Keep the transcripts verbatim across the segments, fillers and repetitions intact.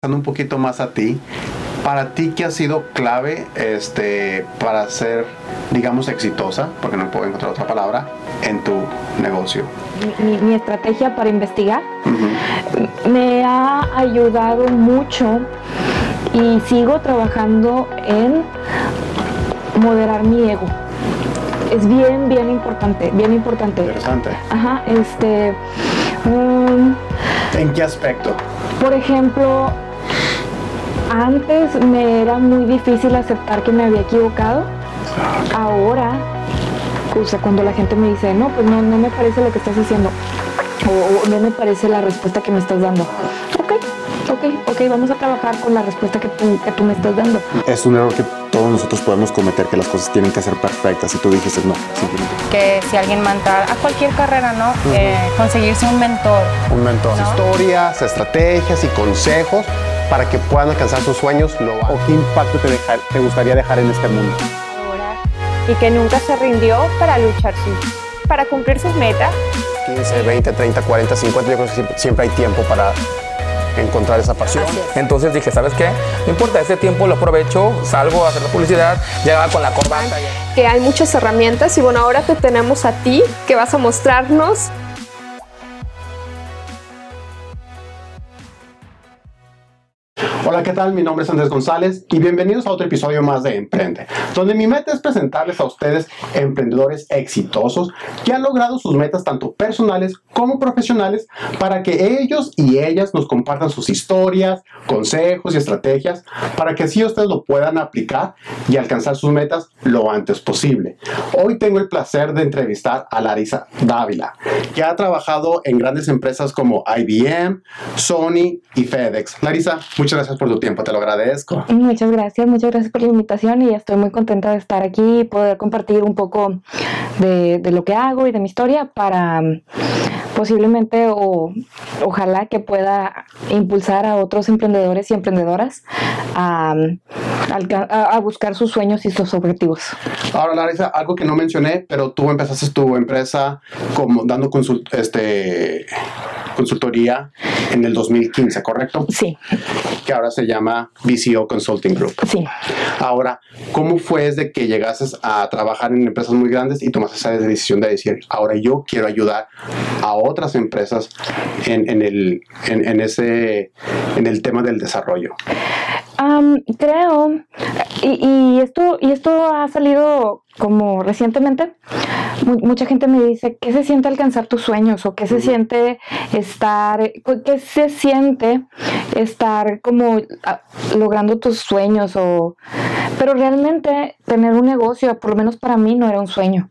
un poquito más a ti, para ti, ¿qué ha sido clave este, para ser, digamos, exitosa, porque no puedo encontrar otra palabra, en tu negocio? Mi, mi estrategia para investigar uh-huh. me ha ayudado mucho y sigo trabajando en moderar mi ego. Es bien, bien importante, bien importante. Interesante. Ajá, este... Um, ¿En qué aspecto? Por ejemplo, antes me era muy difícil aceptar que me había equivocado. Ahora, o sea, cuando la gente me dice, no, pues no, no me parece lo que estás haciendo, o, o no me parece la respuesta que me estás dando. Ok, ok, ok, vamos a trabajar con la respuesta que tú, que tú me estás dando. Es un error que todos nosotros podemos cometer, que las cosas tienen que ser perfectas, y tú dijiste no, simplemente. Que si alguien manda a cualquier carrera, ¿no? Uh-huh. Eh, conseguirse un mentor. Un mentor. ¿No? Historias, estrategias y consejos para que puedan alcanzar sus sueños. Lo ¿O qué impacto te, dejar, te gustaría dejar en este mundo? Ahora, y que nunca se rindió para luchar, sus, para cumplir sus metas. quince, veinte, treinta, cuarenta, cincuenta, yo creo que siempre, siempre hay tiempo para encontrar esa pasión. Entonces dije, ¿sabes qué? No importa, ese tiempo lo aprovecho, salgo a hacer la publicidad, llegaba con la corbata. Que hay muchas herramientas y bueno, ahora te tenemos a ti, que vas a mostrarnos. Hola, ¿qué tal? Mi nombre es Andrés González y bienvenidos a otro episodio más de Emprende, donde mi meta es presentarles a ustedes emprendedores exitosos que han logrado sus metas tanto personales como profesionales para que ellos y ellas nos compartan sus historias, consejos y estrategias para que así ustedes lo puedan aplicar y alcanzar sus metas lo antes posible. Hoy tengo el placer de entrevistar a Larisa Dávila, que ha trabajado en grandes empresas como I B M, Sony y FedEx. Larisa, muchas gracias por tu tiempo, te lo agradezco. Muchas gracias, muchas gracias por la invitación y estoy muy contenta de estar aquí y poder compartir un poco de, de lo que hago y de mi historia para posiblemente o ojalá que pueda impulsar a otros emprendedores y emprendedoras a, a, a buscar sus sueños y sus objetivos. Ahora, Larisa, algo que no mencioné, pero tú empezaste tu empresa como dando consult, este, consultoría en el dos mil quince, ¿correcto? Sí. Que ahora se llama B C O Consulting Group. Sí. Ahora, ¿cómo fue desde que llegaste a trabajar en empresas muy grandes y tomaste esa decisión de decir, ahora yo quiero ayudar a otras empresas en, en, el, en, en, ese, en el tema del desarrollo? Um, creo, y, y, esto, y esto ha salido como recientemente, mucha gente me dice, ¿qué se siente alcanzar tus sueños? ¿O qué se uh-huh. siente estar, qué se siente estar como a, logrando tus sueños? O, pero realmente tener un negocio, por lo menos para mí, no era un sueño.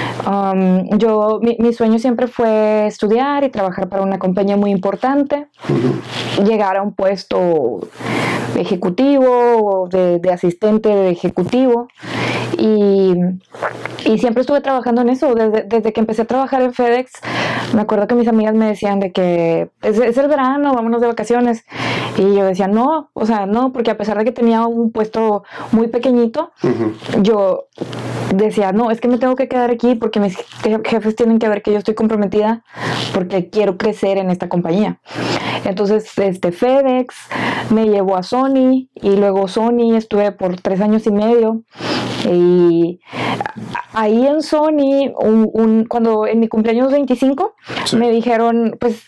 Um, yo, mi, mi sueño siempre fue estudiar y trabajar para una compañía muy importante, uh-huh. llegar a un puesto ejecutivo o de, de asistente de ejecutivo y, y siempre estuve trabajando en eso desde, desde que empecé a trabajar en FedEx. Me acuerdo que mis amigas me decían de que es, es el verano, vámonos de vacaciones, y yo decía no, o sea no, porque a pesar de que tenía un puesto muy pequeñito, uh-huh. yo decía no, es que me tengo que quedar aquí porque mis jefes tienen que ver que yo estoy comprometida porque quiero crecer en esta compañía. Entonces este FedEx me llevó a Sony y luego Sony estuve por tres años y medio y ahí en Sony un, un, cuando en mi cumpleaños veinticinco sí. me dijeron pues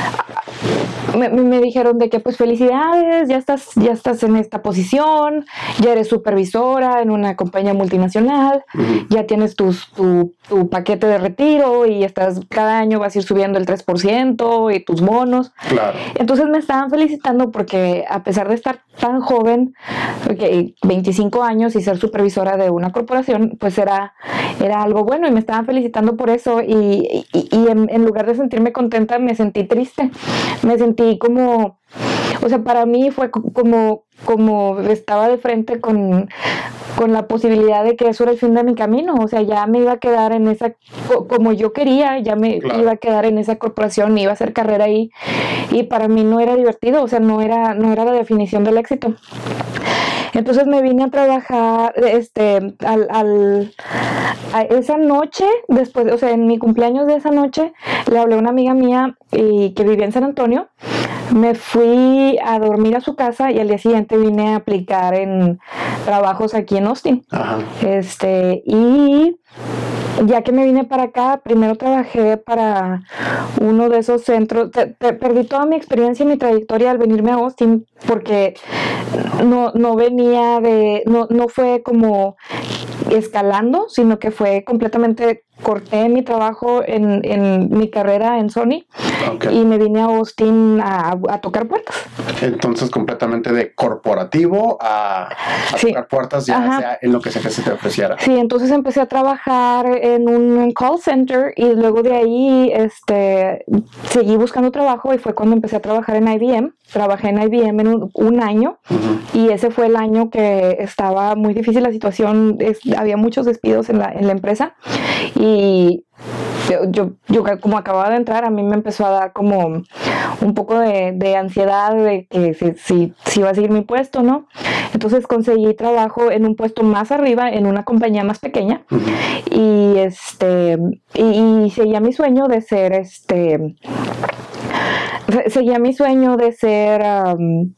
Me, me dijeron de que pues felicidades, ya estás, ya estás en esta posición, ya eres supervisora en una compañía multinacional, uh-huh. ya tienes tus, tu, tu paquete de retiro y estás cada año vas a ir subiendo el tres por ciento y tus bonos. Claro. Entonces me estaban felicitando porque a pesar de estar tan joven, okay, veinticinco años y ser supervisora de una corporación, pues era, era algo bueno y me estaban felicitando por eso y, y, y en, en lugar de sentirme contenta me sentí triste, me sentí como, o sea, para mí fue como, como estaba de frente con, con la posibilidad de que eso era el fin de mi camino, o sea, ya me iba a quedar en esa, como yo quería, ya me claro. iba a quedar en esa corporación, iba a hacer carrera ahí, y para mí no era divertido, o sea, no era, no era la definición del éxito. Entonces me vine a trabajar, este, al, al, a esa noche, después, o sea, en mi cumpleaños de esa noche, le hablé a una amiga mía y, que vivía en San Antonio, me fui a dormir a su casa y al día siguiente vine a aplicar en trabajos aquí en Austin. Ajá. Este, y ya que me vine para acá, primero trabajé para uno de esos centros. Te, te, perdí toda mi experiencia y mi trayectoria al venirme a Austin porque no, no venía de, no, no fue como escalando, sino que fue completamente, corté mi trabajo en, en mi carrera en Sony. Okay. Y me vine a Austin a, a tocar puertas. Entonces, completamente de corporativo a, a sí. tocar puertas, ya Ajá. sea en lo que sea que se te ofreciera. Sí, entonces empecé a trabajar en un call center y luego de ahí este, seguí buscando trabajo y fue cuando empecé a trabajar en I B M. Trabajé en I B M en un, un año uh-huh. y ese fue el año que estaba muy difícil la situación, es, había muchos despidos en la, en la empresa y Yo, yo, yo como acababa de entrar, a mí me empezó a dar como un poco de, de ansiedad de que si, si, si iba a seguir mi puesto, ¿no? Entonces conseguí trabajo en un puesto más arriba, en una compañía más pequeña, uh-huh. y este y, y seguía mi sueño de ser este seguía mi sueño de ser um,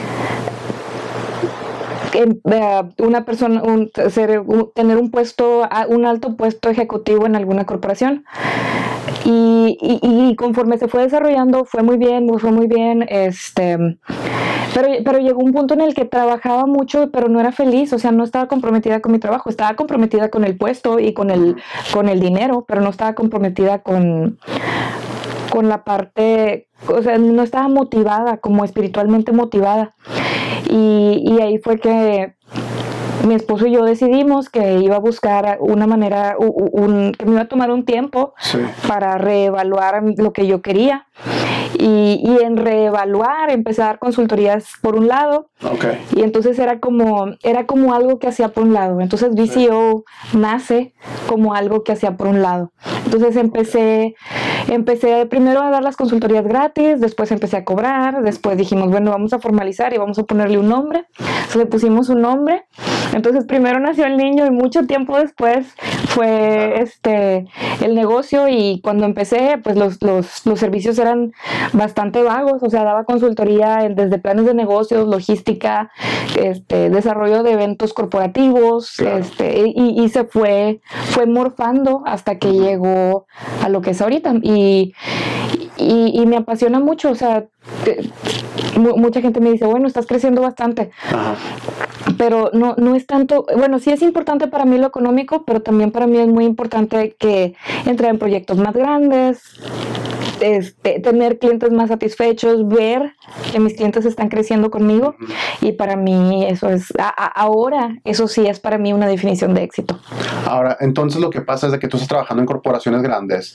una persona, un, ser, un, tener un puesto, un alto puesto ejecutivo en alguna corporación. Y, y, y conforme se fue desarrollando, fue muy bien, fue muy bien, este, pero, pero llegó un punto en el que trabajaba mucho, pero no era feliz, o sea, no estaba comprometida con mi trabajo, estaba comprometida con el puesto y con el, con el dinero, pero no estaba comprometida con, con la parte, o sea, no estaba motivada, como espiritualmente motivada. Y, y ahí fue que mi esposo y yo decidimos que iba a buscar una manera, un, un, que me iba a tomar un tiempo sí. para reevaluar lo que yo quería. Y, y en reevaluar empecé a dar consultorías por un lado. Okay. Y entonces era como, era como algo que hacía por un lado. Entonces V C O sí. nace como algo que hacía por un lado. Entonces empecé, empecé primero a dar las consultorías gratis, después empecé a cobrar, después dijimos, bueno, vamos a formalizar y vamos a ponerle un nombre. Entonces le pusimos un nombre. Entonces primero nació el niño y mucho tiempo después fue este el negocio, y cuando empecé pues los, los, los servicios eran bastante vagos, o sea, daba consultoría desde planes de negocios, logística, este, desarrollo de eventos corporativos, claro. este, y, y se fue, fue morfando hasta que uh-huh. llegó a lo que es ahorita, y, y, y me apasiona mucho, o sea, te, mucha gente me dice, bueno, estás creciendo bastante. Uh-huh. Pero no, no es tanto, bueno, sí es importante para mí lo económico, pero también para mí es muy importante que entre en proyectos más grandes, este, tener clientes más satisfechos, ver que mis clientes están creciendo conmigo, uh-huh. y para mí eso es, a, a, ahora, eso sí es para mí una definición de éxito. Ahora, entonces lo que pasa es de que tú estás trabajando en corporaciones grandes,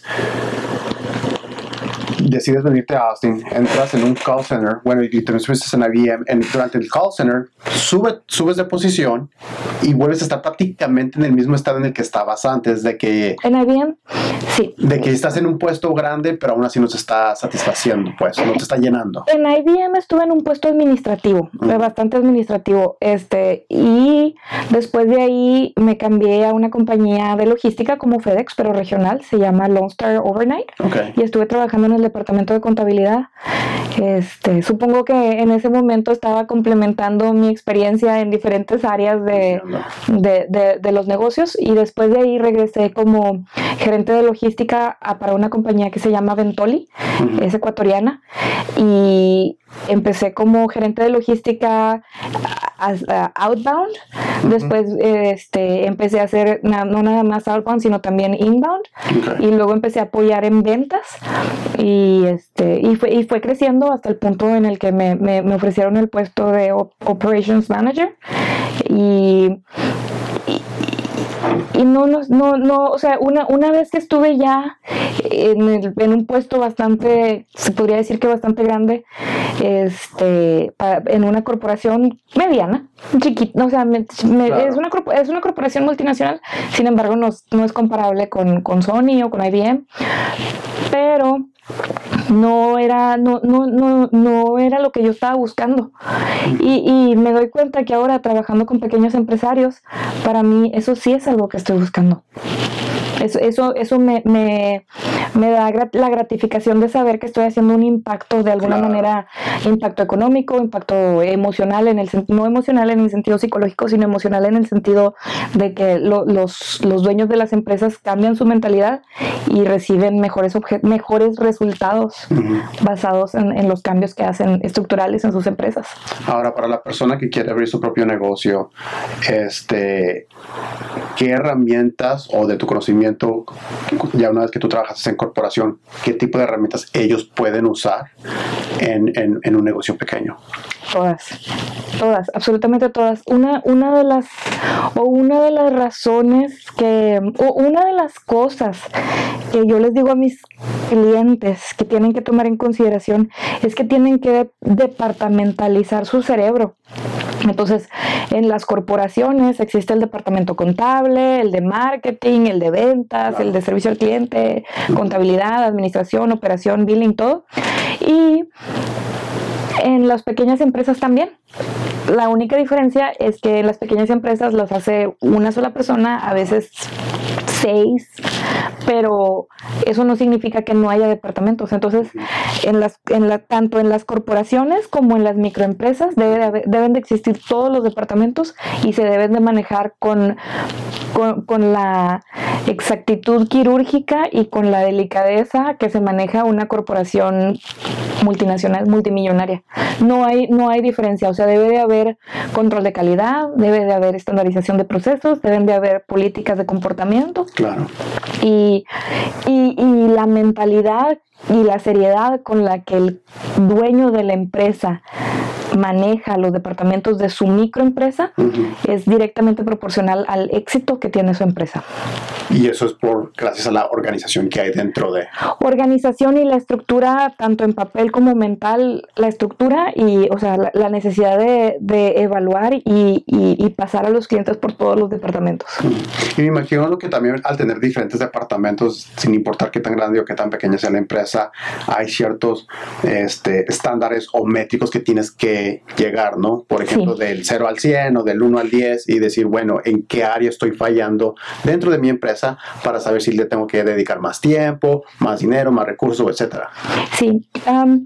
decides venirte a Austin, entras en un call center, bueno, y te subiste en I B M, en, durante el call center sube, subes de posición y vuelves a estar prácticamente en el mismo estado en el que estabas antes de que... ¿En I B M? Sí. De que estás en un puesto grande, pero aún así no te está satisfaciendo, pues, no te está llenando. En I B M estuve en un puesto administrativo, uh-huh. bastante administrativo, este, y después de ahí me cambié a una compañía de logística como FedEx, pero regional, se llama Lone Star Overnight, okay. y estuve trabajando en el departamento de contabilidad. Este, supongo que en ese momento estaba complementando mi experiencia en diferentes áreas de, de, de, de los negocios, y después de ahí regresé como gerente de logística a, para una compañía que se llama Ventoli, uh-huh. es ecuatoriana, y empecé como gerente de logística as, uh, outbound, uh-huh. después este, empecé a hacer na, no nada más outbound sino también inbound, okay. y luego empecé a apoyar en ventas, y este y fue, y fue creciendo hasta el punto en el que me, me, me ofrecieron el puesto de op- Operations Manager, y y no, no, no, no, o sea, una, una vez que estuve ya en, el, en un puesto bastante, se podría decir que bastante grande, este, para, en una corporación mediana, chiquita, o sea, me, me, claro. es, una, es una corporación multinacional, sin embargo, no, no es comparable con, con Sony o con I B M, pero no era, no, no, no, no era lo que yo estaba buscando. Y, y me doy cuenta que ahora, trabajando con pequeños empresarios, para mí eso sí es algo que estoy buscando. Eso, eso, eso me, me, me da grat- la gratificación de saber que estoy haciendo un impacto de alguna Claro. manera, impacto económico, impacto emocional, en el sen- no emocional en el sentido psicológico, sino emocional en el sentido de que lo- los, los dueños de las empresas cambian su mentalidad y reciben mejores, obje- mejores resultados Ujú. basados en, en los cambios que hacen estructurales en sus empresas. Ahora, para la persona que quiere abrir su propio negocio, este, ¿qué herramientas o de tu conocimiento, ya una vez que tú trabajas en corporación, qué tipo de herramientas ellos pueden usar en, en, en un negocio pequeño? Todas, todas, absolutamente todas. Una, una de las, o una de las razones que, o una de las cosas que yo les digo a mis clientes que tienen que tomar en consideración es que tienen que departamentalizar su cerebro. Entonces, en las corporaciones existe el departamento contable, el de marketing, el de ventas, Claro. el de servicio al cliente, contabilidad, administración, operación, billing, todo. Y en las pequeñas empresas también. La única diferencia es que en las pequeñas empresas las hace una sola persona, a veces seis, pero eso no significa que no haya departamentos. Entonces, en las, en la, tanto en las corporaciones como en las microempresas debe de haber- deben de existir todos los departamentos y se deben de manejar con, con, con la exactitud quirúrgica y con la delicadeza que se maneja una corporación multinacional, multimillonaria. No hay, no hay diferencia, o sea, debe de haber control de calidad, debe de haber estandarización de procesos, deben de haber políticas de comportamiento Claro. y, y, y la mentalidad y la seriedad con la que el dueño de la empresa maneja los departamentos de su microempresa Ujú. es directamente proporcional al éxito que tiene su empresa. Y eso es por gracias a la organización que hay dentro de. Organización y la estructura, tanto en papel como mental, la estructura y, o sea, la, la necesidad de, de evaluar y, y, y pasar a los clientes por todos los departamentos. Y me imagino que también al tener diferentes departamentos, sin importar qué tan grande o qué tan pequeña sea la empresa, hay ciertos este, estándares o métricos que tienes que llegar, ¿no? Por ejemplo, Sí. del cero al cien o del uno al diez y decir, bueno, ¿en qué área estoy fallando dentro de mi empresa para saber si le tengo que dedicar más tiempo, más dinero, más recursos, etcétera? Sí, um,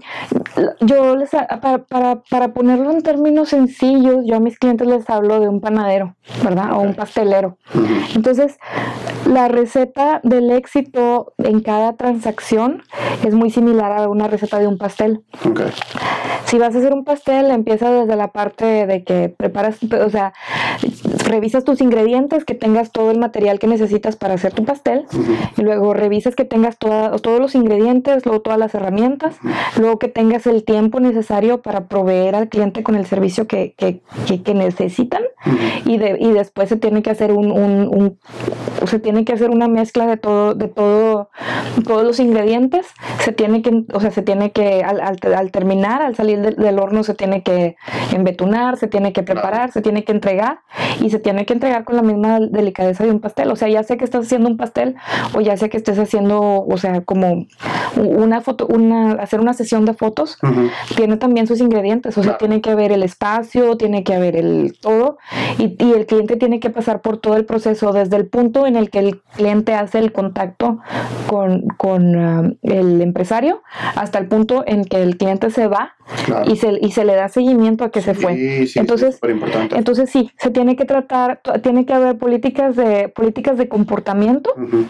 yo les, para, para, para ponerlo en términos sencillos, yo a mis clientes les hablo de un panadero, ¿verdad? O un pastelero. Ujú. Entonces, la receta del éxito en cada transacción es muy similar a una receta de un pastel. Ok. Si vas a hacer un pastel, empieza desde la parte de que preparas, o sea, revisas tus ingredientes, que tengas todo el material que necesitas para hacer tu pastel, Ujú. y luego revisas que tengas toda, todos los ingredientes, luego todas las herramientas, luego que tengas el tiempo necesario para proveer al cliente con el servicio que, que, que, que necesitan, Ujú. y, de, y después se tiene que hacer un, un, un se tiene que hacer una mezcla de todo, de todo, todos los ingredientes, se tiene que, o sea, se tiene que, al, al, al terminar, al salir del, del horno, se tiene que embetunar, se tiene que preparar, Claro. se tiene que entregar, y se tiene que entregar con la misma delicadeza de un pastel. O sea, ya sea que estás haciendo un pastel, o ya sea que estés haciendo, o sea, como una foto, una, hacer una sesión de fotos, Ujú. tiene también sus ingredientes, o sea, Claro. tiene que haber el espacio, tiene que haber el todo, y, y el cliente tiene que pasar por todo el proceso, desde el punto en el que el cliente hace el contacto con, con uh, el empresario, hasta el punto en que el cliente se va. Claro. Y se, y se le da seguimiento a que se fue. Sí, sí, entonces, sí, súper importante. entonces sí, se tiene que tratar, tiene que haber políticas de políticas de comportamiento. Ujú.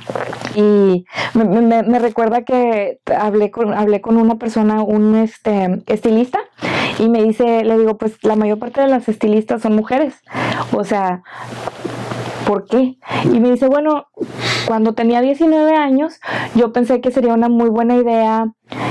Y me, me, me recuerda que hablé con, hablé con una persona, un este, estilista, y me dice, le digo, pues la mayor parte de las estilistas son mujeres. O sea, ¿por qué? Y me dice, bueno, cuando tenía diecinueve años, yo pensé que sería una muy buena idea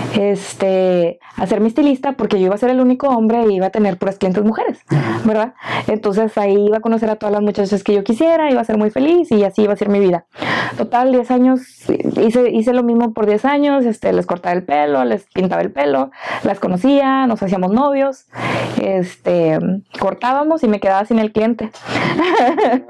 este, hacerme estilista, porque yo iba a ser el único hombre y iba a tener puras clientes mujeres, ¿verdad? Entonces ahí iba a conocer a todas las muchachas que yo quisiera, iba a ser muy feliz y así iba a ser mi vida. Total, diez años, hice, hice lo mismo por diez años, este, les cortaba el pelo, les pintaba el pelo, las conocía, nos hacíamos novios, este, cortábamos y me quedaba sin el cliente. Entonces,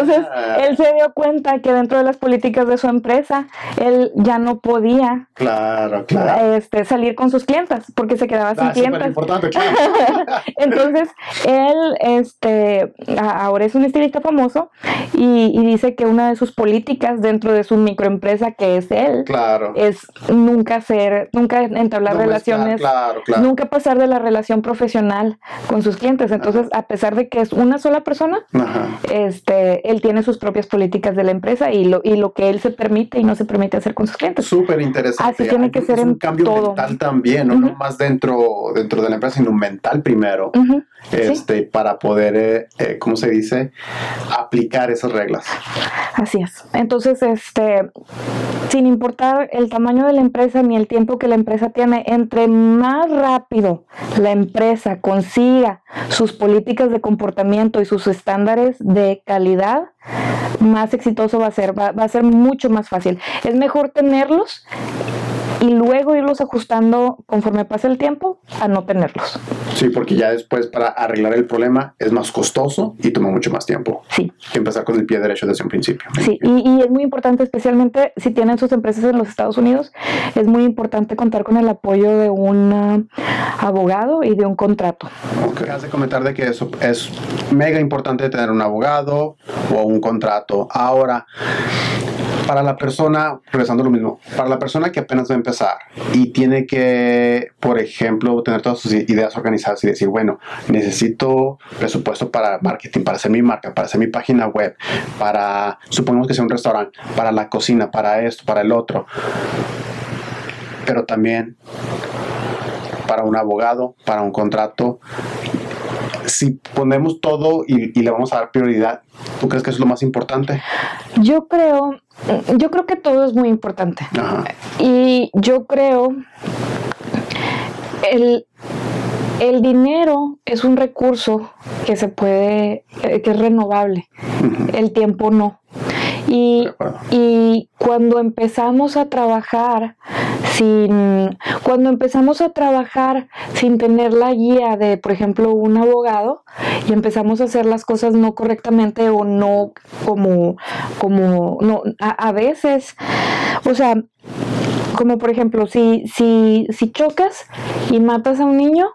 Entonces, él se dio cuenta que dentro de las políticas de su empresa, él ya no podía Claro, claro. este, salir con sus clientas porque se quedaba sin Ah, súper clientas. importante, claro. Entonces, él este, a- ahora es un estilista famoso y, y dice que una de sus políticas dentro de su microempresa, que es él, Claro. es nunca ser, nunca entablar No mezclar, relaciones, claro, claro. nunca pasar de la relación profesional con sus clientes. Entonces, a pesar de que es una sola persona, Ajá. este, él tiene sus propias políticas de la empresa y lo, y lo que él se permite y no se permite hacer con sus clientes. Súper interesante. Así tiene que Hay- ser es un en cambio todo. mental también, no Ujú. nomás dentro, dentro de la empresa, sino mental primero. Ujú, Este, para poder, eh, eh, ¿cómo se dice? Aplicar esas reglas. Así es. Entonces, este, sin importar el tamaño de la empresa ni el tiempo que la empresa tiene, entre más rápido la empresa consiga sus políticas de comportamiento y sus estándares de calidad, más exitoso va a ser, va, va a ser mucho más fácil. Es mejor tenerlos y luego irlos ajustando conforme pasa el tiempo a no tenerlos. Sí, porque ya después para arreglar el problema es más costoso y toma mucho más tiempo Sí. que empezar con el pie derecho desde un principio. Sí, y, y es muy importante, especialmente si tienen sus empresas en los Estados Unidos, es muy importante contar con el apoyo de un uh, abogado y de un contrato. Ok. Acabas de comentar de que eso es mega importante tener un abogado o un contrato. Ahora, para la persona, regresando a lo mismo, para la persona que apenas va a empezar y tiene que, por ejemplo, tener todas sus ideas organizadas y decir, bueno, necesito presupuesto para marketing, para hacer mi marca, para hacer mi página web, para, supongamos que sea un restaurante, para la cocina, para esto, para el otro, pero también para un abogado, para un contrato. Si ponemos todo y, y le vamos a dar prioridad, ¿tú crees que eso es lo más importante? Yo creo, yo creo que todo es muy importante. Ajá. Y yo creo el, el dinero es un recurso que se puede, eh, que es renovable. Ujú. El tiempo no. Y, De acuerdo. y cuando empezamos a trabajar sin, cuando empezamos a trabajar sin tener la guía de, por ejemplo, un abogado, y empezamos a hacer las cosas no correctamente o no como, como, no, a, a veces, o sea, como por ejemplo, si, si, si chocas y matas a un niño,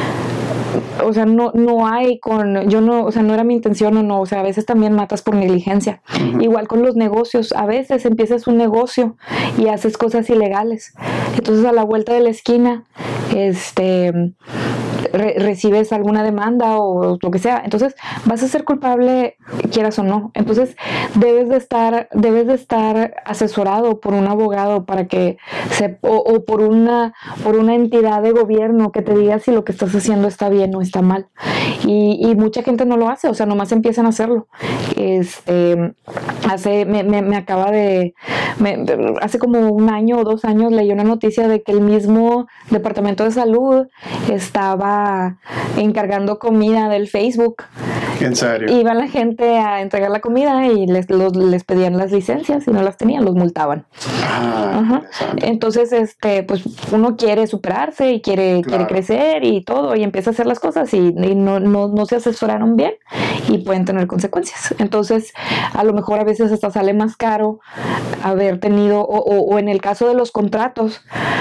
o sea, no, no hay con, yo no, o sea, no era mi intención o no, o sea, a veces también matas por negligencia. Uh-huh. Igual con los negocios, a veces empiezas un negocio y haces cosas ilegales. Entonces a la vuelta de la esquina, este, re- recibes alguna demanda o lo que sea. Entonces vas a ser culpable, quieras o no. Entonces debes de estar, debes de estar asesorado por un abogado para que se, o, o por una, por una entidad de gobierno que te diga si lo que estás haciendo está bien o está mal. Y, y mucha gente no lo hace, o sea, nomás empiezan a hacerlo. Este, hace, me, me, me acaba de, me, hace como un año o dos años leí una noticia de que el mismo Departamento de Salud estaba encargando comida del Facebook. ¿En serio? Iba la gente a entregar la comida y les, los, les pedían las licencias y no las tenían, los multaban. Ah, Ajá. Entonces, este, pues uno quiere superarse y quiere, claro. quiere crecer y todo, y empieza a hacer las cosas y, y no, no, no se asesoraron bien y pueden tener consecuencias. Entonces, a lo mejor a veces hasta sale más caro haber tenido, o, o, o en el caso de los contratos,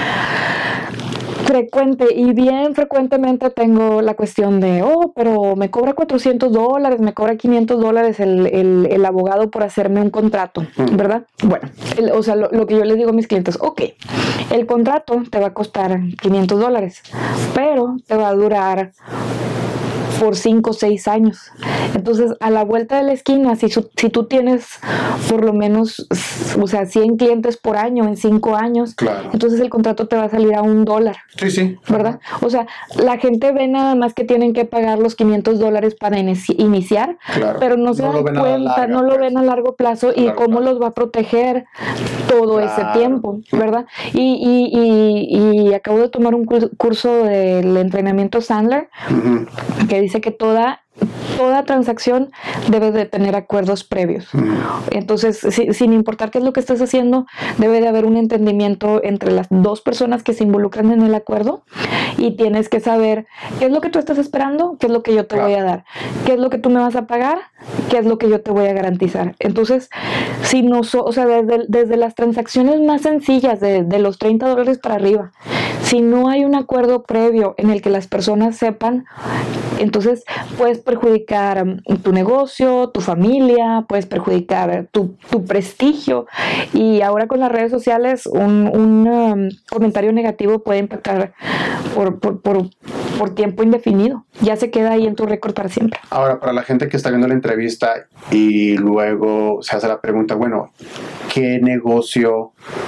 frecuente y bien frecuentemente tengo la cuestión de, oh, pero me cobra cuatrocientos dólares, me cobra quinientos dólares el, el, el abogado por hacerme un contrato, mm. ¿verdad? Bueno, el, o sea, lo, lo que yo les digo a mis clientes, ok, el contrato te va a costar quinientos dólares, pero te va a durar por cinco o seis años. Entonces, a la vuelta de la esquina, si, su, si tú tienes por lo menos, o sea, cien clientes por año en cinco años, claro. entonces el contrato te va a salir a un dólar. Sí, sí. ¿Verdad? O sea, la gente ve nada más que tienen que pagar los quinientos dólares para inici- iniciar, claro. pero no se no dan cuenta, larga, no lo pues. ven a largo plazo y largo cómo plazo. Los va a proteger todo claro. ese tiempo, ¿verdad? Y, y, y, y acabo de tomar un curso del entrenamiento Sandler, uh-huh. que dice que toda toda transacción debe de tener acuerdos previos. Uh-huh. Entonces, si, sin importar qué es lo que estás haciendo, debe de haber un entendimiento entre las dos personas que se involucran en el acuerdo y tienes que saber qué es lo que tú estás esperando, qué es lo que yo te claro. voy a dar, qué es lo que tú me vas a pagar, qué es lo que yo te voy a garantizar. Entonces, si no, so, o sea, desde, desde las transacciones más sencillas de, de los treinta dólares para arriba, si no hay un acuerdo previo en el que las personas sepan, entonces puedes perjudicar tu negocio, tu familia, puedes perjudicar tu, tu prestigio, y ahora con las redes sociales un, un um, comentario negativo puede impactar por, por, por, por tiempo indefinido, ya se queda ahí en tu récord para siempre. Ahora, para la gente que está viendo la entrevista y luego se hace la pregunta, bueno, ¿qué negocio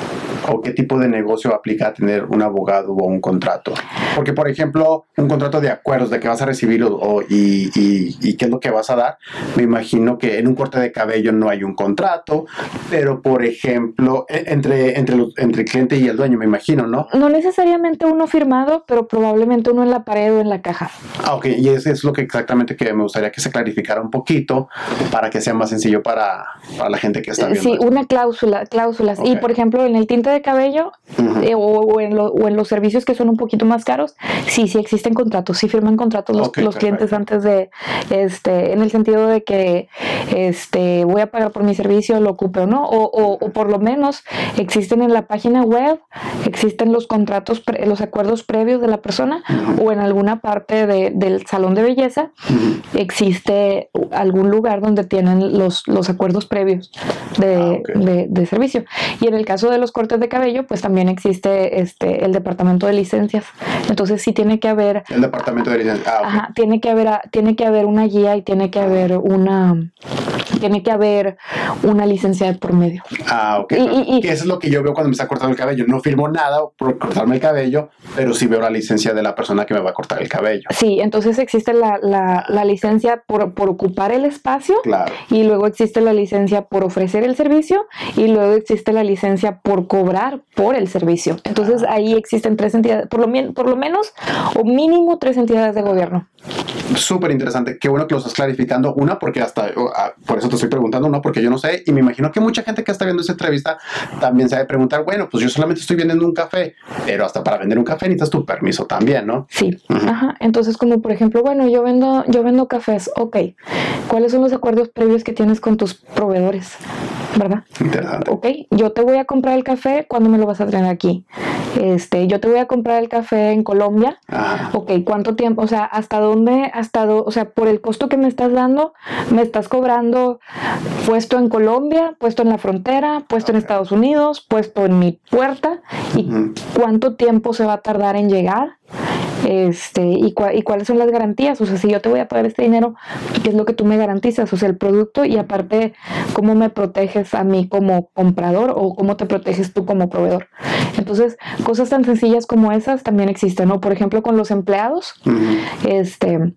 o qué tipo de negocio aplica a tener un abogado o un contrato? Porque, por ejemplo, un contrato de acuerdos de que vas a recibir o, o, y, y, y qué es lo que vas a dar, me imagino que en un corte de cabello no hay un contrato, pero, por ejemplo, entre, entre, los, entre el cliente y el dueño, me imagino, ¿no? No necesariamente uno firmado, pero probablemente uno en la pared o en la caja. Ah, ok, y eso es lo que exactamente que me gustaría que se clarificara un poquito para que sea más sencillo para, para la gente que está viendo. Sí, esto. Una cláusula, cláusulas. Okay. Y, por ejemplo, en el tinte de cabello uh-huh. eh, o, o, en lo, o en los servicios que son un poquito más caros, sí, sí existen contratos, sí firman contratos los, okay, los clientes antes de, este, en el sentido de que este, voy a pagar por mi servicio, lo ocupe o no, o, o, o por lo menos existen en la página web, existen los contratos, pre, los acuerdos previos de la persona, uh-huh. o en alguna parte de, del salón de belleza, uh-huh. existe algún lugar donde tienen los, los acuerdos previos de, ah, okay. de, de servicio. Y en el caso de los cortes de cabello, pues también existe este el departamento de licencias. Entonces sí tiene que haber el departamento de licencias. Ah, okay. Ajá, tiene que haber tiene que haber una guía y tiene que haber una tiene que haber una licencia de por medio. Ah, ok. Y, y, y, que eso es lo que yo veo cuando me está cortando el cabello. No firmo nada por cortarme el cabello, pero sí veo la licencia de la persona que me va a cortar el cabello. Sí, entonces existe la, la, la licencia por, por ocupar el espacio. Claro. Y luego existe la licencia por ofrecer el servicio y luego existe la licencia por cobrar por el servicio. Entonces ah. ahí existen tres entidades, por lo, por lo menos o mínimo tres entidades de gobierno. Súper interesante. Qué bueno que lo estás clarificando. Una, porque hasta uh, por eso te estoy preguntando, no, porque yo no sé, y me imagino que mucha gente que está viendo esta entrevista también se ha de preguntar, bueno, pues yo solamente estoy vendiendo un café, pero hasta para vender un café necesitas tu permiso también, ¿no? Sí. Uh-huh. Ajá. Entonces, como por ejemplo, bueno, yo vendo, yo vendo cafés, ok. ¿Cuáles son los acuerdos previos que tienes con tus proveedores? ¿Verdad? Interesante. Ok, yo te voy a comprar el café, ¿cuándo me lo vas a traer aquí? Este, yo te voy a comprar el café en Colombia. Ajá. Ok, ¿cuánto tiempo? O sea, ¿hasta dónde? Hasta do, o sea, por el costo que me estás dando, me estás cobrando puesto en Colombia, puesto en la frontera, puesto okay. en Estados Unidos, puesto en mi puerta, y uh-huh. cuánto tiempo se va a tardar en llegar. Este, y, cua, y cuáles son las garantías, o sea, si yo te voy a pagar este dinero, ¿qué es lo que tú me garantizas? O sea, el producto, y aparte, ¿cómo me proteges a mí como comprador o cómo te proteges tú como proveedor? Entonces, cosas tan sencillas como esas también existen, ¿no? Por ejemplo, con los empleados, uh-huh. este,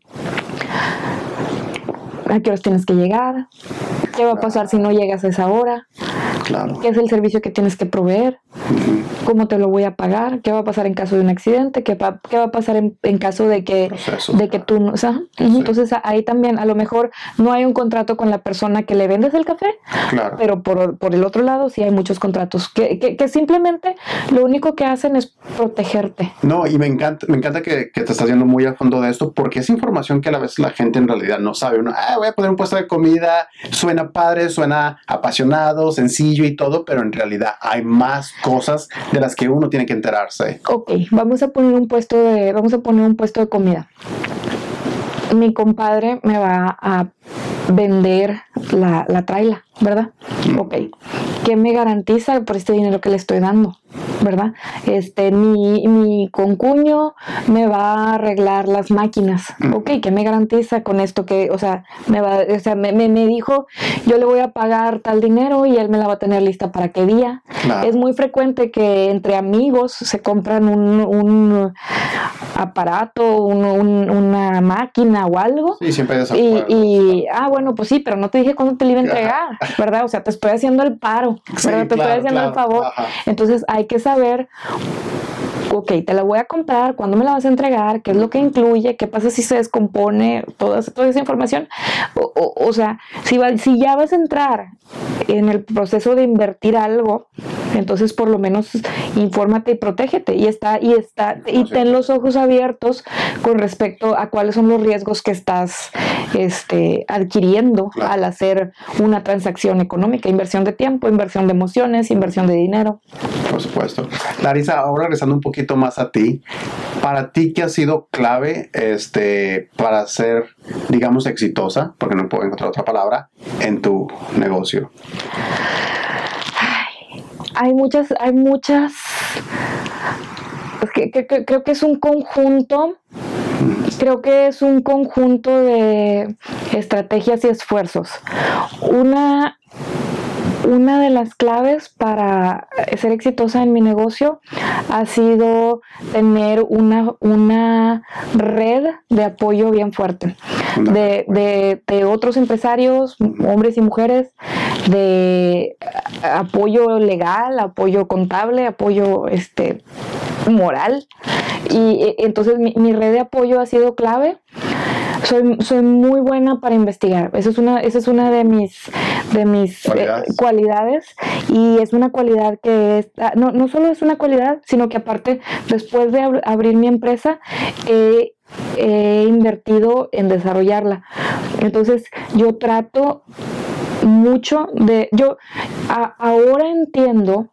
¿a qué horas tienes que llegar? ¿Qué va a pasar si no llegas a esa hora? Claro. ¿Qué es el servicio que tienes que proveer? Uh-huh. ¿Cómo te lo voy a pagar? ¿Qué va a pasar en caso de un accidente? ¿Qué, pa- qué va a pasar en, en caso de que, Procesos, de que tú no? O sea, sí. Entonces ahí también a lo mejor no hay un contrato con la persona que le vendes el café, claro. pero por, por el otro lado sí hay muchos contratos que, que, que simplemente lo único que hacen es protegerte. No, y me encanta, me encanta que, que te estás yendo muy a fondo de esto, porque es información que a la vez la gente en realidad no sabe. Uno, ah, voy a poner un puesto de comida, suena padre, suena apasionado, sencillo y todo, pero en realidad hay más cosas de las que uno tiene que enterarse. Ok, vamos a poner un puesto de, vamos a poner un puesto de comida. Mi compadre me va a vender la, la traila, ¿verdad? Mm. Ok. ¿Qué me garantiza por este dinero que le estoy dando? ¿Verdad? Este, mi, mi concuño me va a arreglar las máquinas. Mm. Ok, ¿qué me garantiza con esto? Que, o sea, me va, o sea, me, me, me dijo, yo le voy a pagar tal dinero y él me la va a tener lista para qué día. Claro. Es muy frecuente que entre amigos se compran un, un aparato, un, un, una máquina o algo. Sí, siempre hay desacuerdos. Y, y ah, bueno, pues sí, pero no te dije cuándo te la iba a entregar, ¿verdad? O sea, te estoy haciendo el paro, ¿verdad? Sí, te claro, estoy haciendo claro. el favor. Ajá. Entonces hay que saber ok, te la voy a comprar, ¿cuándo me la vas a entregar? ¿Qué es lo que incluye? ¿Qué pasa si se descompone? Toda, toda esa información. O, o, o sea, si, va, si ya vas a entrar en el proceso de invertir algo, entonces por lo menos infórmate y protégete y está y está y ten los ojos abiertos con respecto a cuáles son los riesgos que estás este, adquiriendo claro. al hacer una transacción económica, inversión de tiempo, inversión de emociones, inversión de dinero. Por supuesto. Larisa, ahora regresando un poquito más a ti, para ti, ¿qué ha sido clave este, para ser, digamos, exitosa, porque no puedo encontrar otra palabra, en tu negocio? Hay muchas, hay muchas, que, que, que, creo que es un conjunto, creo que es un conjunto de estrategias y esfuerzos. Una, una de las claves para ser exitosa en mi negocio ha sido tener una, una red de apoyo bien fuerte, de, de, de otros empresarios, hombres y mujeres, de apoyo legal, apoyo contable, apoyo este, moral. Y entonces mi, mi red de apoyo ha sido clave. Soy, soy muy buena para investigar. Esa es una, esa es una de mis, de mis cualidades. Eh, cualidades y es una cualidad que es, no, no solo es una cualidad, sino que aparte, después de ab- abrir mi empresa, eh, he invertido en desarrollarla. Entonces, yo trato mucho de... Yo a, ahora entiendo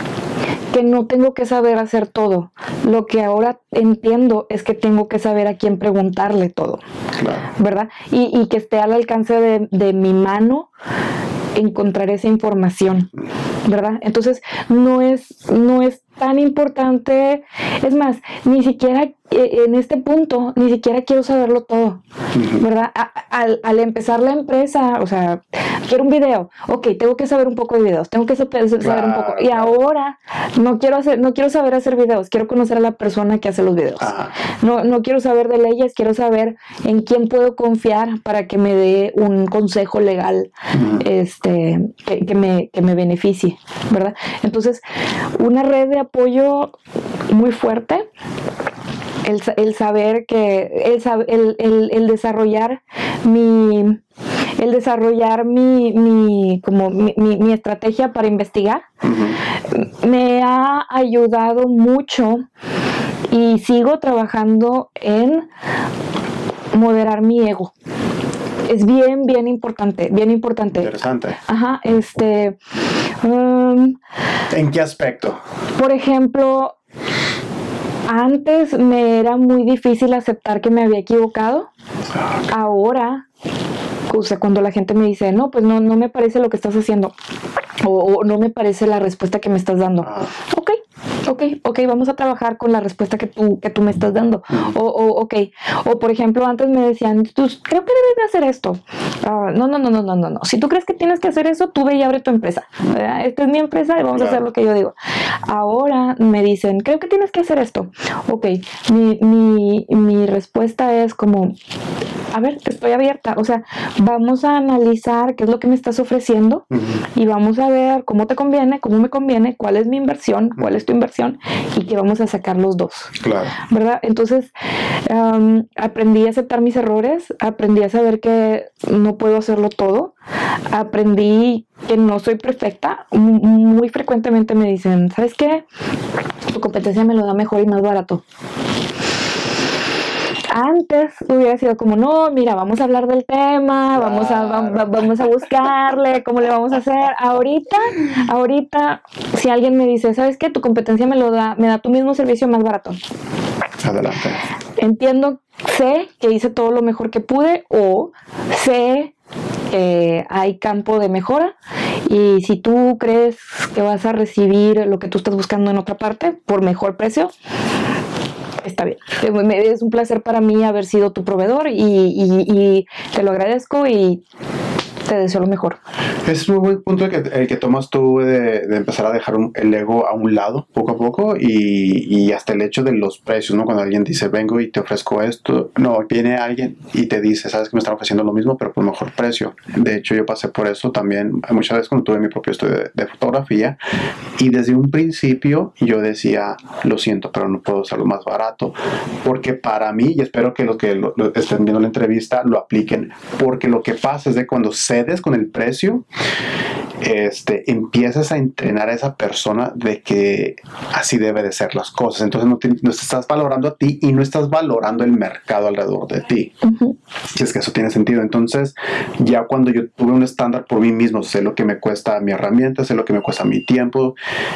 que no tengo que saber hacer todo. Lo que ahora entiendo es que tengo que saber a quién preguntarle todo, claro. ¿Verdad? Y, y que esté al alcance de, de mi mano encontrar esa información, ¿verdad? Entonces, no es, no es tan importante, es más, ni siquiera eh, en este punto, ni siquiera quiero saberlo todo, ¿verdad? A, al, al empezar la empresa, o sea, quiero un video, ok, tengo que saber un poco de videos, tengo que saber, saber claro, un poco, y claro. ahora no quiero hacer, no quiero saber hacer videos, quiero conocer a la persona que hace los videos, no, no quiero saber de leyes, quiero saber en quién puedo confiar para que me dé un consejo legal, uh-huh. este, que, que me, que me beneficie, ¿verdad? Entonces, una red de apoyo muy fuerte, el, el saber que, el, el, el, el desarrollar mi, el desarrollar mi, mi, como mi, mi, mi estrategia para investigar, uh-huh. me ha ayudado mucho y sigo trabajando en moderar mi ego. Es bien, bien importante, bien importante. Interesante. Ajá, este... Um, ¿En qué aspecto? Por ejemplo, antes me era muy difícil aceptar que me había equivocado. Ahora, o sea, cuando la gente me dice, no, pues no, no me parece lo que estás haciendo, o, o no me parece la respuesta que me estás dando. Ah. Ok, ok, ok, vamos a trabajar con la respuesta que tú, que tú me estás dando. Mm. O, o, ok, o por ejemplo, antes me decían, tú creo que debes de hacer esto. Uh, no, no, no, no, no, no, no. Si tú crees que tienes que hacer eso, tú ve y abre tu empresa. ¿Verdad? Esta es mi empresa y vamos claro. a hacer lo que yo digo. Ahora me dicen, creo que tienes que hacer esto. Ok, mi, mi, mi respuesta es como, a ver, estoy abierta. O sea, vamos a analizar qué es lo que me estás ofreciendo uh-huh. y vamos a ver cómo te conviene, cómo me conviene, cuál es mi inversión, cuál es tu inversión y que vamos a sacar los dos. Claro. ¿Verdad? Entonces, um, aprendí a aceptar mis errores, aprendí a saber que no puedo hacerlo todo, aprendí que no soy perfecta. Muy frecuentemente me dicen, ¿sabes qué? Tu competencia me lo da mejor y más barato. Antes hubiera sido como, no, mira, vamos a hablar del tema, claro. vamos a va, vamos a buscarle, cómo le vamos a hacer. Ahorita, ahorita, si alguien me dice, ¿sabes qué? Tu competencia me lo da, me da tu mismo servicio más barato. Adelante. Entiendo, sé que hice todo lo mejor que pude o sé que hay campo de mejora y si tú crees que vas a recibir lo que tú estás buscando en otra parte por mejor precio, está bien. Es un placer para mí haber sido tu proveedor y, y, y te lo agradezco y te deseo lo mejor. Es un buen punto el que, el que tomas tú de, de empezar a dejar un, el ego a un lado poco a poco y, y hasta el hecho de los precios, ¿no? Cuando alguien dice, vengo y te ofrezco esto, no, viene alguien y te dice, sabes que me están ofreciendo lo mismo, pero por mejor precio. De hecho, yo pasé por eso también muchas veces cuando tuve mi propio estudio de, de fotografía y desde un principio yo decía, lo siento, pero no puedo hacerlo más barato, porque para mí, y espero que los que lo, lo estén viendo la entrevista lo apliquen, porque lo que pasa es de cuando cedes con el precio, este, empiezas a entrenar a esa persona de que así debe de ser las cosas. Entonces no te, no te estás valorando a ti y no estás valorando el mercado alrededor de ti. Uh-huh. Si es que eso tiene sentido. Entonces ya cuando yo tuve un estándar por mí mismo, sé lo que me cuesta mi herramienta, sé lo que me cuesta mi tiempo,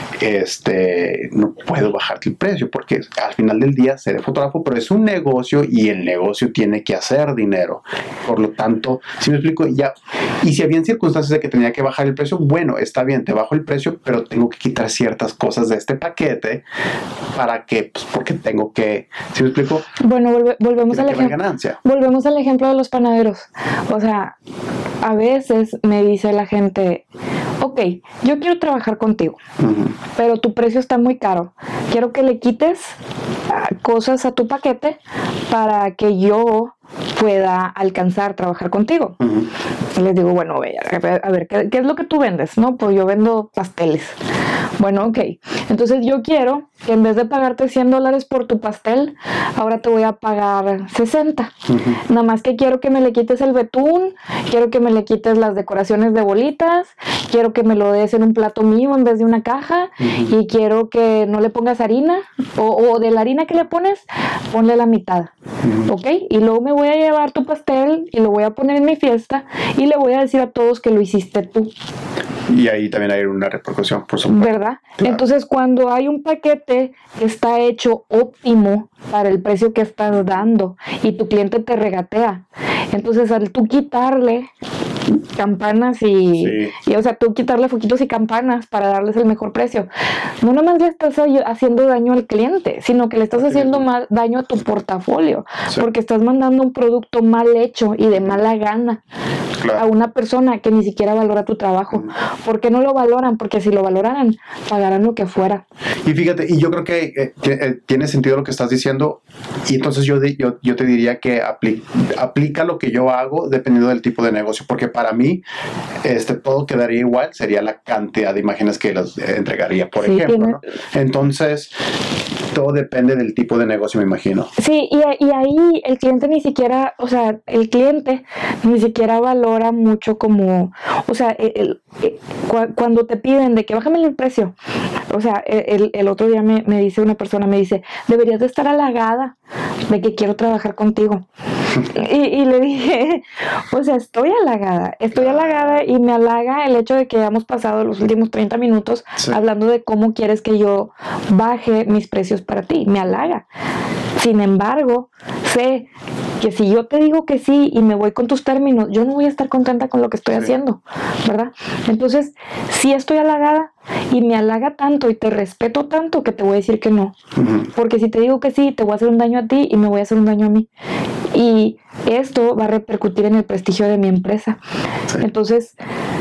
este, no puedo bajarte el precio porque al final del día seré fotógrafo, pero es un negocio y el negocio tiene que hacer dinero. Por lo tanto, si me explico, ya, y si había circunstancias de que tenía que bajar el precio, bueno, está bien, te bajo el precio, pero tengo que quitar ciertas cosas de este paquete para que, pues porque tengo que, ¿sí me explico? Bueno, volve, volvemos al ejemplo. Ganancia. Volvemos al ejemplo de los panaderos. O sea, a veces me dice la gente, ok, yo quiero trabajar contigo, uh-huh. pero tu precio está muy caro. Quiero que le quites uh, cosas a tu paquete para que yo pueda alcanzar a trabajar contigo. Uh-huh. Y les digo, bueno, a ver, a ver ¿qué, ¿qué es lo que tú vendes? No, pues yo vendo pasteles. Bueno, ok. Entonces yo quiero que en vez de pagarte cien dólares por tu pastel, ahora te voy a pagar sesenta. Uh-huh. Nada más que quiero que me le quites el betún, quiero que me le quites las decoraciones de bolitas, quiero que me lo des en un plato mío en vez de una caja, uh-huh. y quiero que no le pongas harina, o, o de la harina que le pones, ponle la mitad. Uh-huh. ¿Ok? Y luego me voy a llevar tu pastel y lo voy a poner en mi fiesta y le voy a decir a todos que lo hiciste tú. Y ahí también hay una repercusión, por supuesto. ¿Verdad? Claro. Entonces, cuando hay un paquete que está hecho óptimo para el precio que estás dando y tu cliente te regatea, entonces al tú quitarle campanas y, sí. y, o sea, tú quitarle foquitos y campanas para darles el mejor precio, no nomás le estás haciendo daño al cliente, sino que le estás haciendo mal, daño a tu portafolio, sí. porque estás mandando un producto mal hecho y de mala gana. Claro. A una persona que ni siquiera valora tu trabajo. Mm. ¿Por qué no lo valoran? Porque si lo valoraran, pagarán lo que fuera. Y fíjate, y yo creo que eh, eh, tiene sentido lo que estás diciendo, y entonces yo, de, yo, yo te diría que apli- aplica lo que yo hago dependiendo del tipo de negocio, porque para mí este, todo quedaría igual, sería la cantidad de imágenes que las entregaría, por sí, ejemplo. ¿no? Entonces, todo depende del tipo de negocio, me imagino. Sí, y, y ahí el cliente ni siquiera, o sea, el cliente ni siquiera valora mucho como, o sea, el, el, el, cu- cuando te piden de que bájame el precio, o sea, el, el otro día me, me dice una persona, me dice, deberías de estar halagada de que quiero trabajar contigo. y, y le dije, o sea, estoy halagada, estoy halagada y me halaga el hecho de que hemos pasado los últimos treinta minutos sí. hablando de cómo quieres que yo baje mis precios para ti, me halaga. Sin embargo, sé que si yo te digo que sí y me voy con tus términos, yo no voy a estar contenta con lo que estoy sí. haciendo, ¿verdad? Entonces, sí estoy halagada y me halaga tanto y te respeto tanto que te voy a decir que no. Uh-huh. Porque si te digo que sí, te voy a hacer un daño a ti y me voy a hacer un daño a mí. Y esto va a repercutir en el prestigio de mi empresa. Sí. Entonces...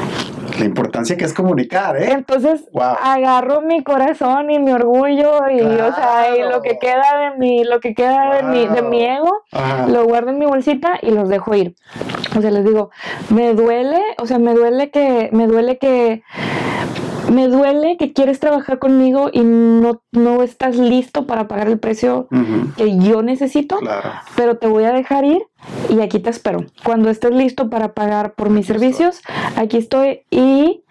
La importancia que es comunicar, ¿eh? Entonces, wow. agarro mi corazón y mi orgullo y, claro. o sea, y lo que queda de mi, lo que queda wow. de mi, de mi ego, ajá. lo guardo en mi bolsita y los dejo ir. O sea, les digo, me duele, o sea, me duele que, me duele que, me duele que quieres trabajar conmigo y no, no estás listo para pagar el precio uh-huh. que yo necesito, claro. pero te voy a dejar ir y aquí te espero. Cuando estés listo para pagar por mis servicios, aquí estoy. Y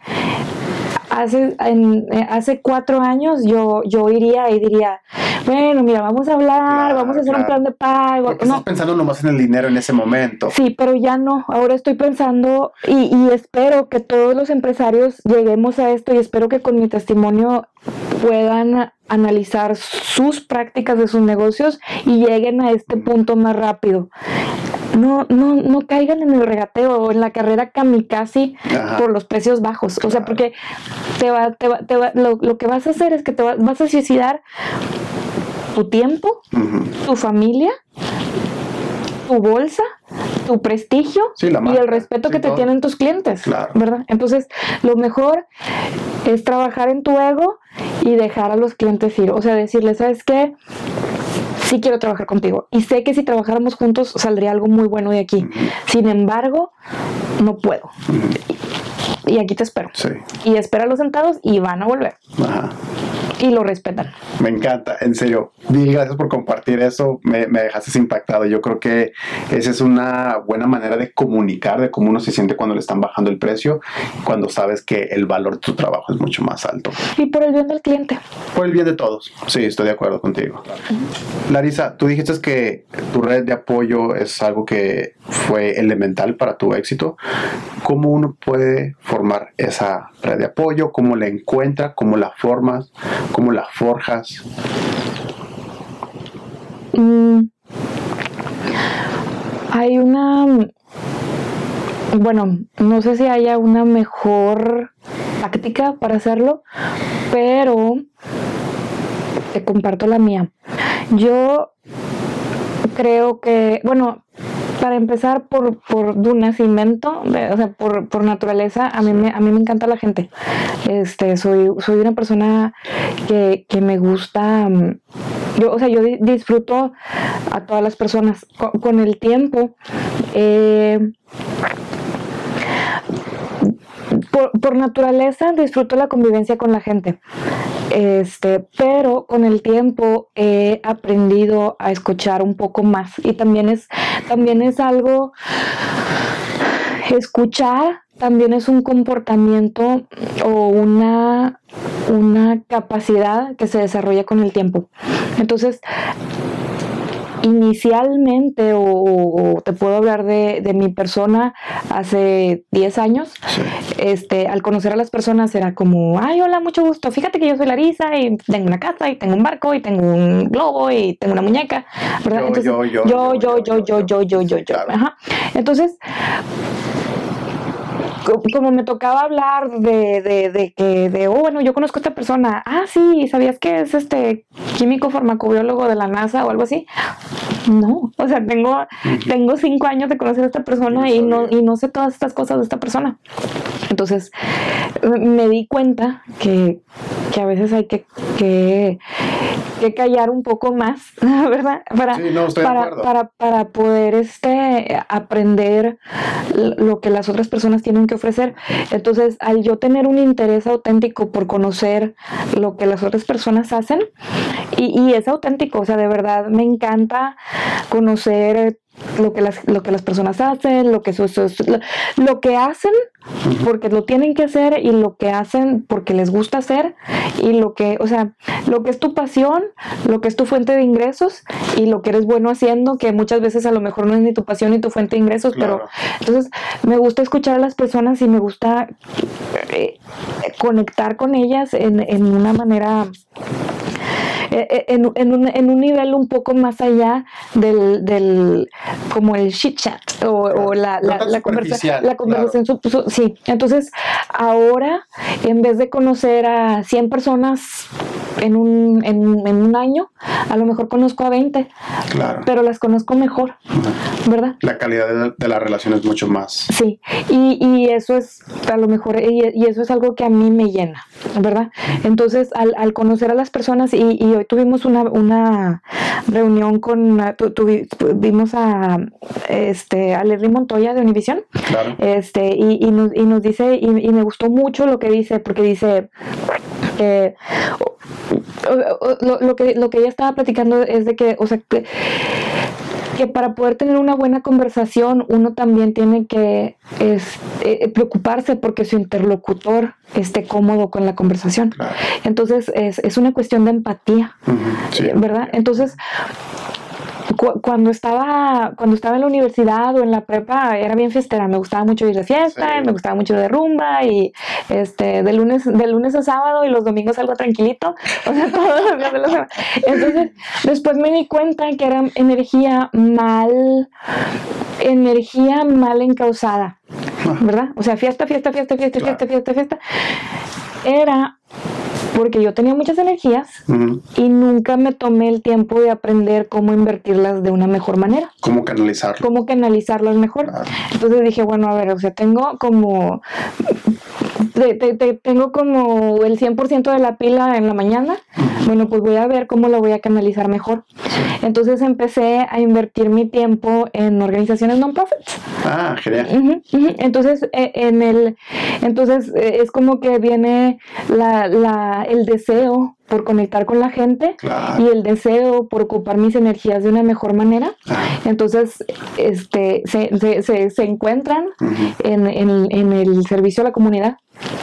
hace, en, hace cuatro años yo, yo iría y diría, bueno, mira, vamos a hablar, claro, vamos a hacer claro. un plan de pago. Porque no. estás pensando nomás en el dinero en ese momento. Sí, pero ya no. Ahora estoy pensando y, y espero que todos los empresarios lleguemos a esto y espero que con mi testimonio puedan analizar sus prácticas de sus negocios y lleguen a este punto más rápido. No, no, no caigan en el regateo o en la carrera kamikaze Ajá. por los precios bajos. Claro. O sea, porque te va, te va, te va, lo, lo que vas a hacer es que te va, vas a suicidar tu tiempo, uh-huh. tu familia, tu bolsa, tu prestigio Sí, la y marca, el respeto sí, que te todo. tienen tus clientes, Claro. ¿verdad? Entonces, lo mejor es trabajar en tu ego y dejar a los clientes ir. O sea, decirles, ¿sabes qué? Sí quiero trabajar contigo. Y sé que si trabajáramos juntos saldría algo muy bueno de aquí. Uh-huh. Sin embargo, no puedo. Uh-huh. Y aquí te espero. Sí. Y espéralos sentados y van a volver. Ajá. Y lo respetan. Me encanta, en serio. Mil gracias por compartir eso. Me, me dejaste impactado. Yo creo que esa es una buena manera de comunicar de cómo uno se siente cuando le están bajando el precio, cuando sabes que el valor de tu trabajo es mucho más alto. Y por el bien del cliente. Por el bien de todos. Sí, estoy de acuerdo contigo. Uh-huh. Larisa, tú dijiste que tu red de apoyo es algo que fue elemental para tu éxito. ¿Cómo uno puede formar esa red de apoyo? ¿Cómo la encuentra? ¿Cómo la formas? ¿Cómo la forjas? Mm, hay una... Bueno, no sé si haya una mejor táctica para hacerlo, pero te comparto la mía. Yo creo que, bueno, para empezar, por, por de un nacimiento, de, o sea, por, por naturaleza, a mí, me, a mí me encanta la gente. Este, soy, soy una persona que, que me gusta, yo, o sea, yo di, disfruto a todas las personas. Con, con el tiempo, eh, por, por naturaleza disfruto la convivencia con la gente. Este, pero con el tiempo he aprendido a escuchar un poco más y también es, también es algo, escuchar también es un comportamiento o una, una capacidad que se desarrolla con el tiempo. Entonces, inicialmente, o, o te puedo hablar de, de mi persona hace diez años, sí. este, al conocer a las personas era como, ay, hola, mucho gusto, fíjate que yo soy Larisa y tengo una casa y tengo un barco y tengo un globo y tengo una muñeca, ¿verdad? Yo, Entonces, yo, yo, yo, yo, yo, yo, yo, yo, yo, yo, ajá. Entonces, como me tocaba hablar de, de, de que, de, oh, bueno, yo conozco a esta persona, ah, sí, ¿sabías que es este químico farmacobiólogo de la NASA o algo así? No, o sea, tengo, tengo cinco años de conocer a esta persona y no, y no sé todas estas cosas de esta persona. Entonces, me di cuenta que, que a veces hay que, que, que callar un poco más, ¿verdad? Para, sí, no, estoy para, de acuerdo. para, para poder este, aprender lo que las otras personas tienen que ofrecer. Entonces, al yo tener un interés auténtico por conocer lo que las otras personas hacen, y, y es auténtico, o sea, de verdad me encanta conocer lo que las lo que las personas hacen, lo que sus, sus, lo, lo que hacen porque lo tienen que hacer y lo que hacen porque les gusta hacer y lo que, o sea, lo que es tu pasión, lo que es tu fuente de ingresos y lo que eres bueno haciendo, que muchas veces a lo mejor no es ni tu pasión ni tu fuente de ingresos, claro. Pero entonces me gusta escuchar a las personas y me gusta eh, conectar con ellas en, en una manera En, en, un, en un nivel un poco más allá del, del como el chit chat o, claro. o la, la, no la, conversa, la conversación. Claro. Su, su, sí, entonces ahora en vez de conocer a cien personas en un, en, en un año, a lo mejor conozco a veinte, claro. Pero las conozco mejor, uh-huh. ¿Verdad? La calidad de, de la relación es mucho más. Sí, y, y eso es a lo mejor, y, y eso es algo que a mí me llena, ¿verdad? Entonces, al, al conocer a las personas, y, y hoy tuvimos una, una reunión con, tu, tuvimos a, este, a Leslie Montoya de Univision, claro. este, y, y, nos, y nos dice, y, y me gustó mucho lo que dice, porque dice, eh, lo, lo, que, lo que ella estaba platicando es de que, o sea, que, que para poder tener una buena conversación uno también tiene que es, eh, preocuparse porque su interlocutor esté cómodo con la conversación. Claro. Entonces es, es una cuestión de empatía, uh-huh. Sí. ¿Verdad? Entonces cu- cuando estaba cuando estaba en la universidad o en la prepa era bien fiestera, me gustaba mucho ir de fiesta, sí. Me gustaba mucho ir de rumba y este de lunes de lunes a sábado y los domingos algo tranquilito, o sea, todos los días de la semana. Entonces, después me di cuenta que era energía mal energía mal encausada, ¿verdad? O sea, fiesta, fiesta, fiesta, fiesta, claro. fiesta, fiesta, fiesta. Era porque yo tenía muchas energías Ujú. y nunca me tomé el tiempo de aprender cómo invertirlas de una mejor manera, ¿Cómo canalizarlo? cómo canalizarlas mejor. Claro. Entonces dije, bueno, a ver, o sea, tengo como te- te- te- tengo como el cien por ciento de la pila en la mañana, bueno, pues voy a ver cómo la voy a canalizar mejor. Entonces empecé a invertir mi tiempo en organizaciones non-profits. Ah, genial. Ujú, ujú. Entonces, eh, en el, entonces eh, es como que viene la, la, el deseo por conectar con la gente Claro. y el deseo por ocupar mis energías de una mejor manera. Ah. Entonces, este, se, se, se, se encuentran Ujú. en, en, en el servicio a la comunidad.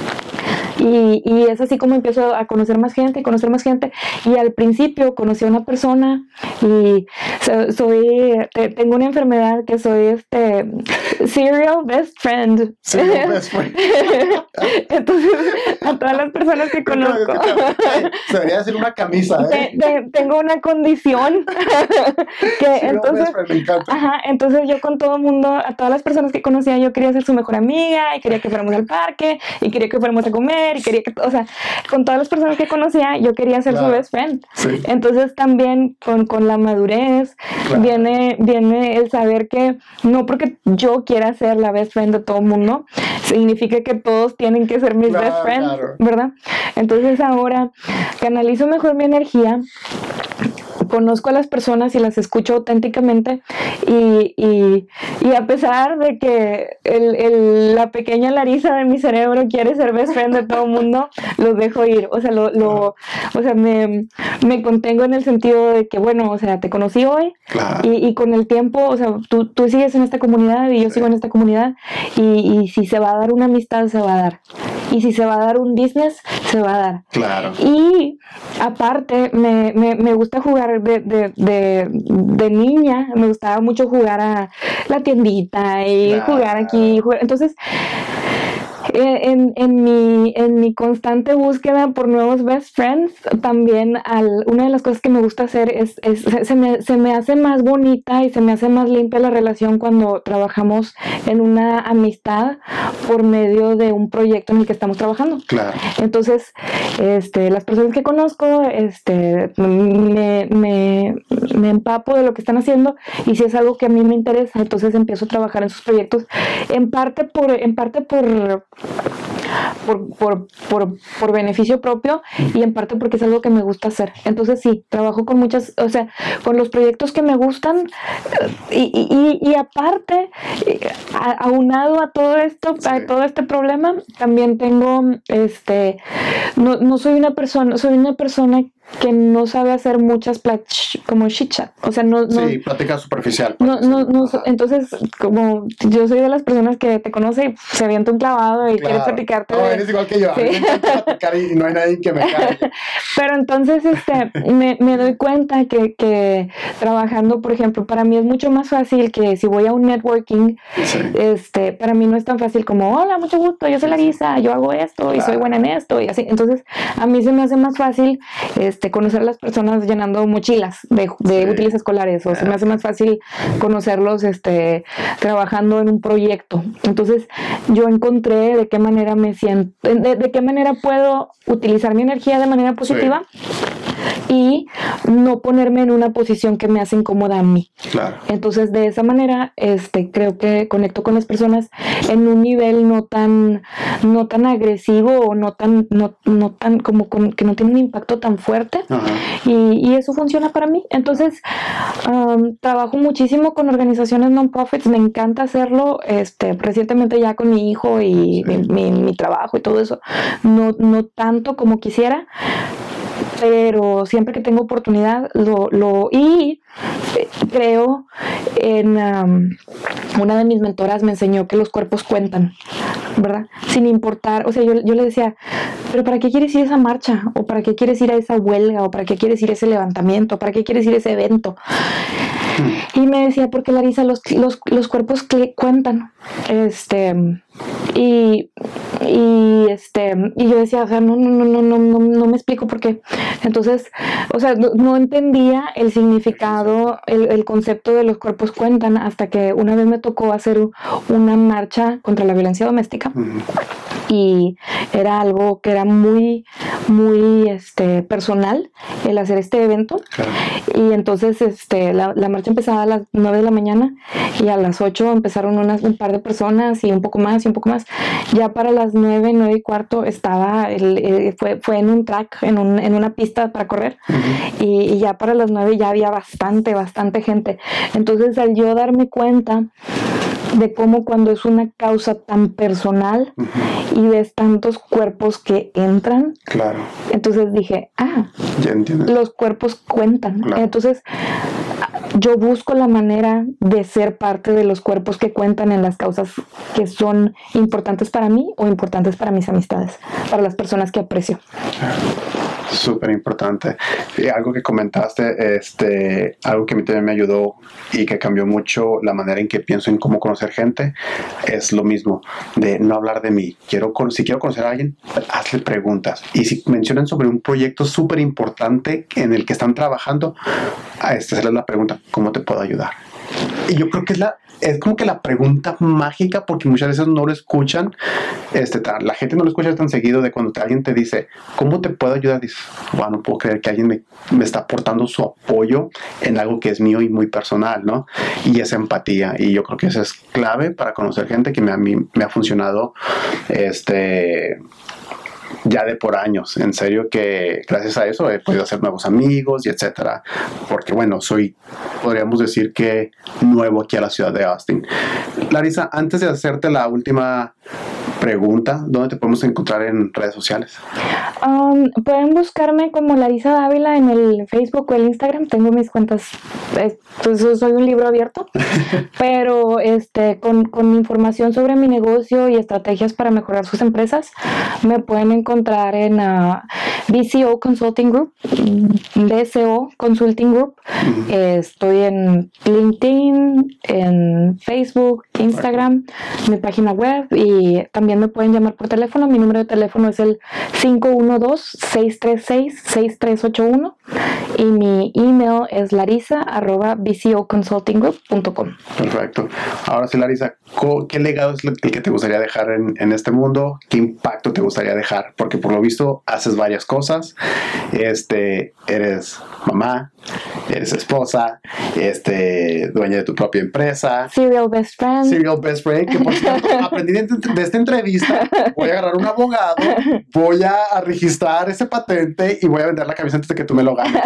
Y, y es así como empiezo a conocer más gente, conocer más gente. Y al principio conocí a una persona y so- soy, te- tengo una enfermedad que soy este serial best friend. Serial best friend. Entonces, a todas las personas que conozco. Se debería decir una camisa, ¿eh? Te- te- tengo una condición que Serial entonces, best friend, me encanta. ajá, entonces yo con todo el mundo, a todas las personas que conocía, yo quería ser su mejor amiga y quería que fuéramos al parque y quería que fuéramos a comer y quería que, o sea, con todas las personas que conocía, yo quería ser Claro. su best friend. Sí. Entonces también con, con la madurez Claro. viene, viene el saber que no porque yo quiera ser la best friend de todo el mundo, significa que todos tienen que ser mis Claro, best friends, claro. ¿verdad? Entonces ahora canalizo mejor mi energía, conozco a las personas y las escucho auténticamente y, y, y a pesar de que el, el, la pequeña Larisa de mi cerebro quiere ser best friend de todo el mundo, los dejo ir, o sea, lo, lo, o sea me, me contengo en el sentido de que, bueno, o sea, te conocí hoy Claro. y, y con el tiempo, o sea, tú, tú sigues en esta comunidad y yo sigo en esta comunidad y, y si se va a dar una amistad, se va a dar. Y si se va a dar un business, se va a dar. Claro. Y aparte, me, me, me gusta jugar de, de, de, de niña, me gustaba mucho jugar a la tiendita y Claro. jugar aquí. Jugar. Entonces, eh, en, en, mi, en mi constante búsqueda por nuevos best friends, también al, una de las cosas que me gusta hacer es, es se, se me, se me hace más bonita y se me hace más limpia la relación cuando trabajamos en una amistad por medio de un proyecto en el que estamos trabajando. Claro. Entonces, este, las personas que conozco, este, me, me, me empapo de lo que están haciendo y si es algo que a mí me interesa, entonces empiezo a trabajar en sus proyectos, en parte por, en parte por, por, por, por, por beneficio propio y en parte porque es algo que me gusta hacer. Entonces sí, trabajo con muchas, o sea, con los proyectos que me gustan y, y, y aparte, a, aunado a todo esto, Sí. a todo este problema, también tengo, este, no, no soy una persona, soy una persona que no sabe hacer muchas plach, como chit-chat, o sea, no, no, Sí, plática superficial. por no, no, decirlo. no, Ajá. entonces, como yo soy de las personas que te conoce y se avienta un clavado y quiere Claro. platicarte. No, de- eres igual que yo. A mí Sí. me encanta platicar y no hay nadie que me calle. Pero entonces este, me, me doy cuenta que, que trabajando, por ejemplo, para mí es mucho más fácil que si voy a un networking, Sí. este, para mí no es tan fácil como, hola, mucho gusto, yo soy Larisa, yo hago esto y soy Claro. buena en esto y así. Entonces, a mí se me hace más fácil este, conocer a las personas llenando mochilas de, de Sí. útiles escolares o se me hace más fácil conocerlos este, trabajando en un proyecto. Entonces, yo encontré de qué manera me siento, de, de qué manera puedo utilizar mi energía de manera positiva y no ponerme en una posición que me hace incómoda a mí. Claro. Entonces, de esa manera, este, creo que conecto con las personas en un nivel no tan, no tan agresivo o no tan, no, no tan, como con, que no tiene un impacto tan fuerte. Ajá. Y, y eso funciona para mí. Entonces, um, trabajo muchísimo con organizaciones non-profits, me encanta hacerlo. Este, recientemente ya con mi hijo y Sí. mi, mi, mi trabajo y todo eso, no, no tanto como quisiera, pero siempre que tengo oportunidad lo, lo y eh, creo en um, una de mis mentoras me enseñó que los cuerpos cuentan, ¿verdad? Sin importar, o sea, yo, yo le decía, pero ¿para qué quieres ir a esa marcha? ¿O para qué quieres ir a esa huelga? ¿O para qué quieres ir a ese levantamiento? ¿Para qué quieres ir a ese evento? Y me decía, porque Larisa, los, los, los cuerpos que cuentan. Este, y, y este, y yo decía, o sea, no, no, no, no, no, no, no me explico por qué. Entonces, o sea, no, no entendía el significado, el, el concepto de los cuerpos cuentan, hasta que una vez me tocó hacer una marcha contra la violencia doméstica. Ujú. y era algo que era muy, muy este, personal el hacer este evento. Claro. Y entonces este, la, la marcha empezaba a las nueve de la mañana y a las ocho empezaron unas, un par de personas y un poco más y un poco más. Ya para las nueve, nueve y cuarto estaba, el, el, fue, fue en un track, en, un, en una pista para correr. Uh-huh. y, y ya para las nueve ya había bastante, bastante gente. Entonces al yo darme cuenta de cómo cuando es una causa tan personal uh-huh. y ves tantos cuerpos que entran, claro. entonces dije, ah, ya entiendes. Los cuerpos cuentan. Claro. Entonces yo busco la manera de ser parte de los cuerpos que cuentan en las causas que son importantes para mí o importantes para mis amistades, para las personas que aprecio. Claro. Súper importante. Y algo que comentaste, este, algo que a mí también me ayudó y que cambió mucho la manera en que pienso en cómo conocer gente, es lo mismo, de no hablar de mí. Quiero, si quiero conocer a alguien, hazle preguntas. Y si mencionan sobre un proyecto súper importante en el que están trabajando, a este hacerles la pregunta, ¿cómo te puedo ayudar? Y yo creo que es la es como que la pregunta mágica, porque muchas veces no lo escuchan, este, la gente no lo escucha tan seguido, de cuando alguien te dice, ¿cómo te puedo ayudar? Dices, bueno, no puedo creer que alguien me, me está aportando su apoyo en algo que es mío y muy personal, ¿no? Y esa empatía, y yo creo que eso es clave para conocer gente, que me, a mí me ha funcionado, este... ya de por años, en serio, que gracias a eso he podido hacer nuevos amigos y etcétera, porque bueno, soy, podríamos decir que nuevo aquí a la ciudad de Austin. Larisa, antes de hacerte la última pregunta, ¿dónde te podemos encontrar en redes sociales? Um, pueden buscarme como Larisa Dávila en el Facebook o el Instagram. Tengo mis cuentas, eh, pues soy un libro abierto, pero este con, con información sobre mi negocio y estrategias para mejorar sus empresas, me pueden encontrar en uh, B C O Consulting Group, B C O Consulting Group. Uh-huh. eh, estoy en LinkedIn, en Facebook, Instagram, mi página web, y también me pueden llamar por teléfono. Mi número de teléfono es el cinco uno dos, seis tres seis, seis tres ocho uno y mi email es larisa arroba b c o consulting group punto com. Perfecto. Ahora sí, Larisa, ¿qué legado es el que te gustaría dejar en, en este mundo? ¿Qué impacto te gustaría dejar? Porque por lo visto haces varias cosas. Este, eres mamá, eres esposa, este, dueña de tu propia empresa. Serial best friend. Serial best friend, que por cierto, aprendí de, de esta entrevista, voy a agarrar un abogado, voy a registrar ese patente y voy a vender la camisa antes de que tú me lo ganes.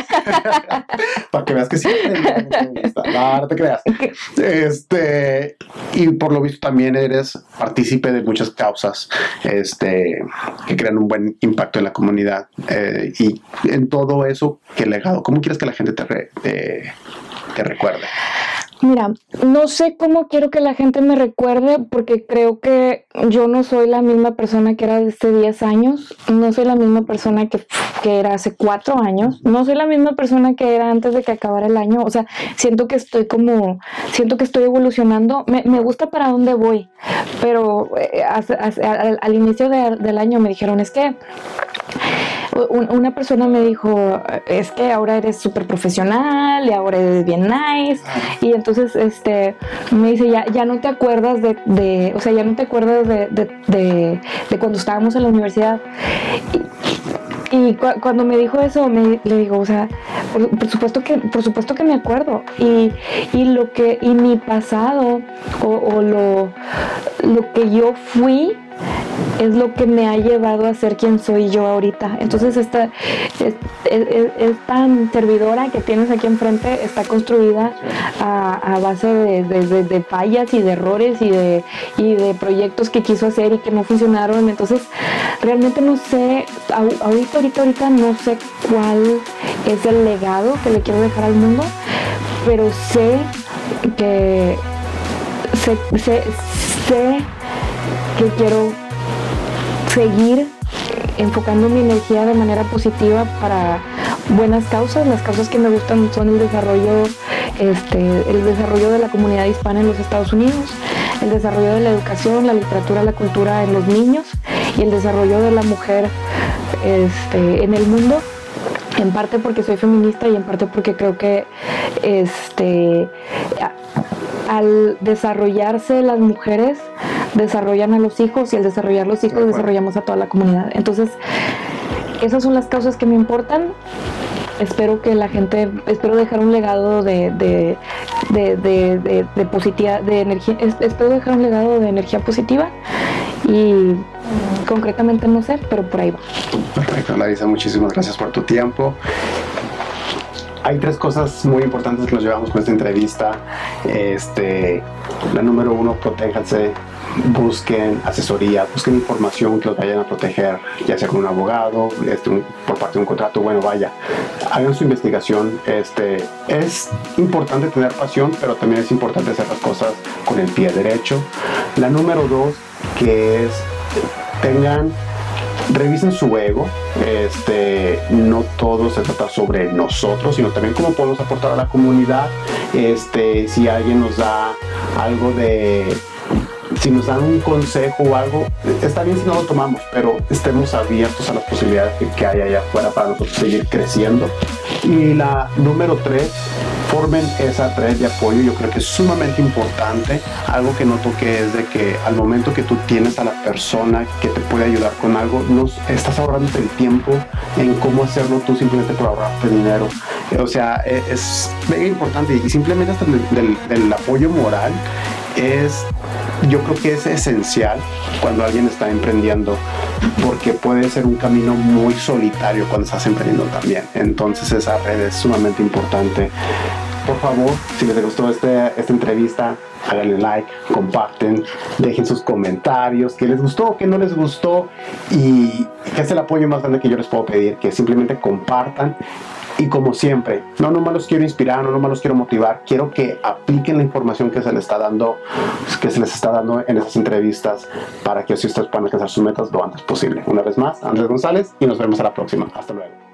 Para que veas que sí aprendí. No, no te creas. Este, y por lo visto también eres partícipe de muchas causas este, que crean un buen impacto en la comunidad. Eh, y en todo eso, ¿qué legado? ¿Cómo quieres que la gente te, re, te, te recuerde? Mira, no sé cómo quiero que la gente me recuerde, porque creo que yo no soy la misma persona que era desde diez años, no soy la misma persona que, que era hace cuatro años, no soy la misma persona que era antes de que acabara el año. O sea, siento que estoy como, siento que estoy evolucionando, me, me gusta para dónde voy, pero eh, hace, hace, al, al inicio de, del año me dijeron, es que una persona me dijo, es que ahora eres súper profesional y ahora eres bien nice, y entonces este me dice, ya, ya no te acuerdas de, de, o sea, ya no te acuerdas de, de, de, de cuando estábamos en la universidad. Y, y cu- cuando me dijo eso, me, le digo, o sea, por, por supuesto que, por supuesto que me acuerdo, y, y lo que, y mi pasado o, o lo, lo que yo fui es lo que me ha llevado a ser quien soy yo ahorita. Entonces esta, es, es, esta servidora que tienes aquí enfrente está construida a, a base de, de, de, de fallas y de errores y de, y de proyectos que quiso hacer y que no funcionaron. Entonces realmente no sé, ahorita, ahorita, ahorita no sé cuál es el legado que le quiero dejar al mundo, pero sé que sé, sé, sé que quiero seguir enfocando mi energía de manera positiva para buenas causas. Las causas que me gustan son el desarrollo, este, el desarrollo de la comunidad hispana en los Estados Unidos, el desarrollo de la educación, la literatura, la cultura en los niños y el desarrollo de la mujer este, en el mundo. En parte porque soy feminista y en parte porque creo que este al desarrollarse las mujeres, desarrollan a los hijos, y al desarrollar los hijos, desarrollamos a toda la comunidad. Entonces, esas son las causas que me importan. Espero que la gente, espero dejar un legado de, de, de, de, de, de positiva, de energía, espero dejar un legado de energía positiva, y concretamente no sé, pero por ahí va. Perfecto, Larisa, muchísimas gracias por tu tiempo. Hay tres cosas muy importantes que nos llevamos con esta entrevista. Este, la número uno, protéjanse, busquen asesoría, busquen información que los vayan a proteger, ya sea con un abogado, este, un, por parte de un contrato. Bueno, vaya, hagan su investigación. Este, es importante tener pasión, pero también es importante hacer las cosas con el pie derecho. La número dos, que es tengan revisen su ego. Este, no todo se trata sobre nosotros, sino también cómo podemos aportar a la comunidad. Este, si alguien nos da algo de, si nos dan un consejo o algo, está bien si no lo tomamos, pero estemos abiertos a las posibilidades que, que hay allá afuera para nosotros seguir creciendo. Y la número tres, formen esa red de apoyo. Yo creo que es sumamente importante. Algo que noto que es de que al momento que tú tienes a la persona que te puede ayudar con algo, no estás ahorrándote el tiempo en cómo hacerlo tú simplemente por ahorrarte dinero. O sea, es mega importante, y simplemente hasta del, del, del apoyo moral es, yo creo que es esencial cuando alguien está emprendiendo, porque puede ser un camino muy solitario cuando estás emprendiendo también. Entonces esa red es sumamente importante. Por favor, si les gustó este, esta entrevista, háganle like, comparten, dejen sus comentarios, qué les gustó o qué no les gustó, y que es el apoyo más grande que yo les puedo pedir, que simplemente compartan. Y como siempre, no nomás los quiero inspirar, no nomás los quiero motivar, quiero que apliquen la información que se les está dando, que se les está dando en esas entrevistas, para que así ustedes puedan alcanzar sus metas lo antes posible. Una vez más, Andrés González, y nos vemos a la próxima. Hasta luego.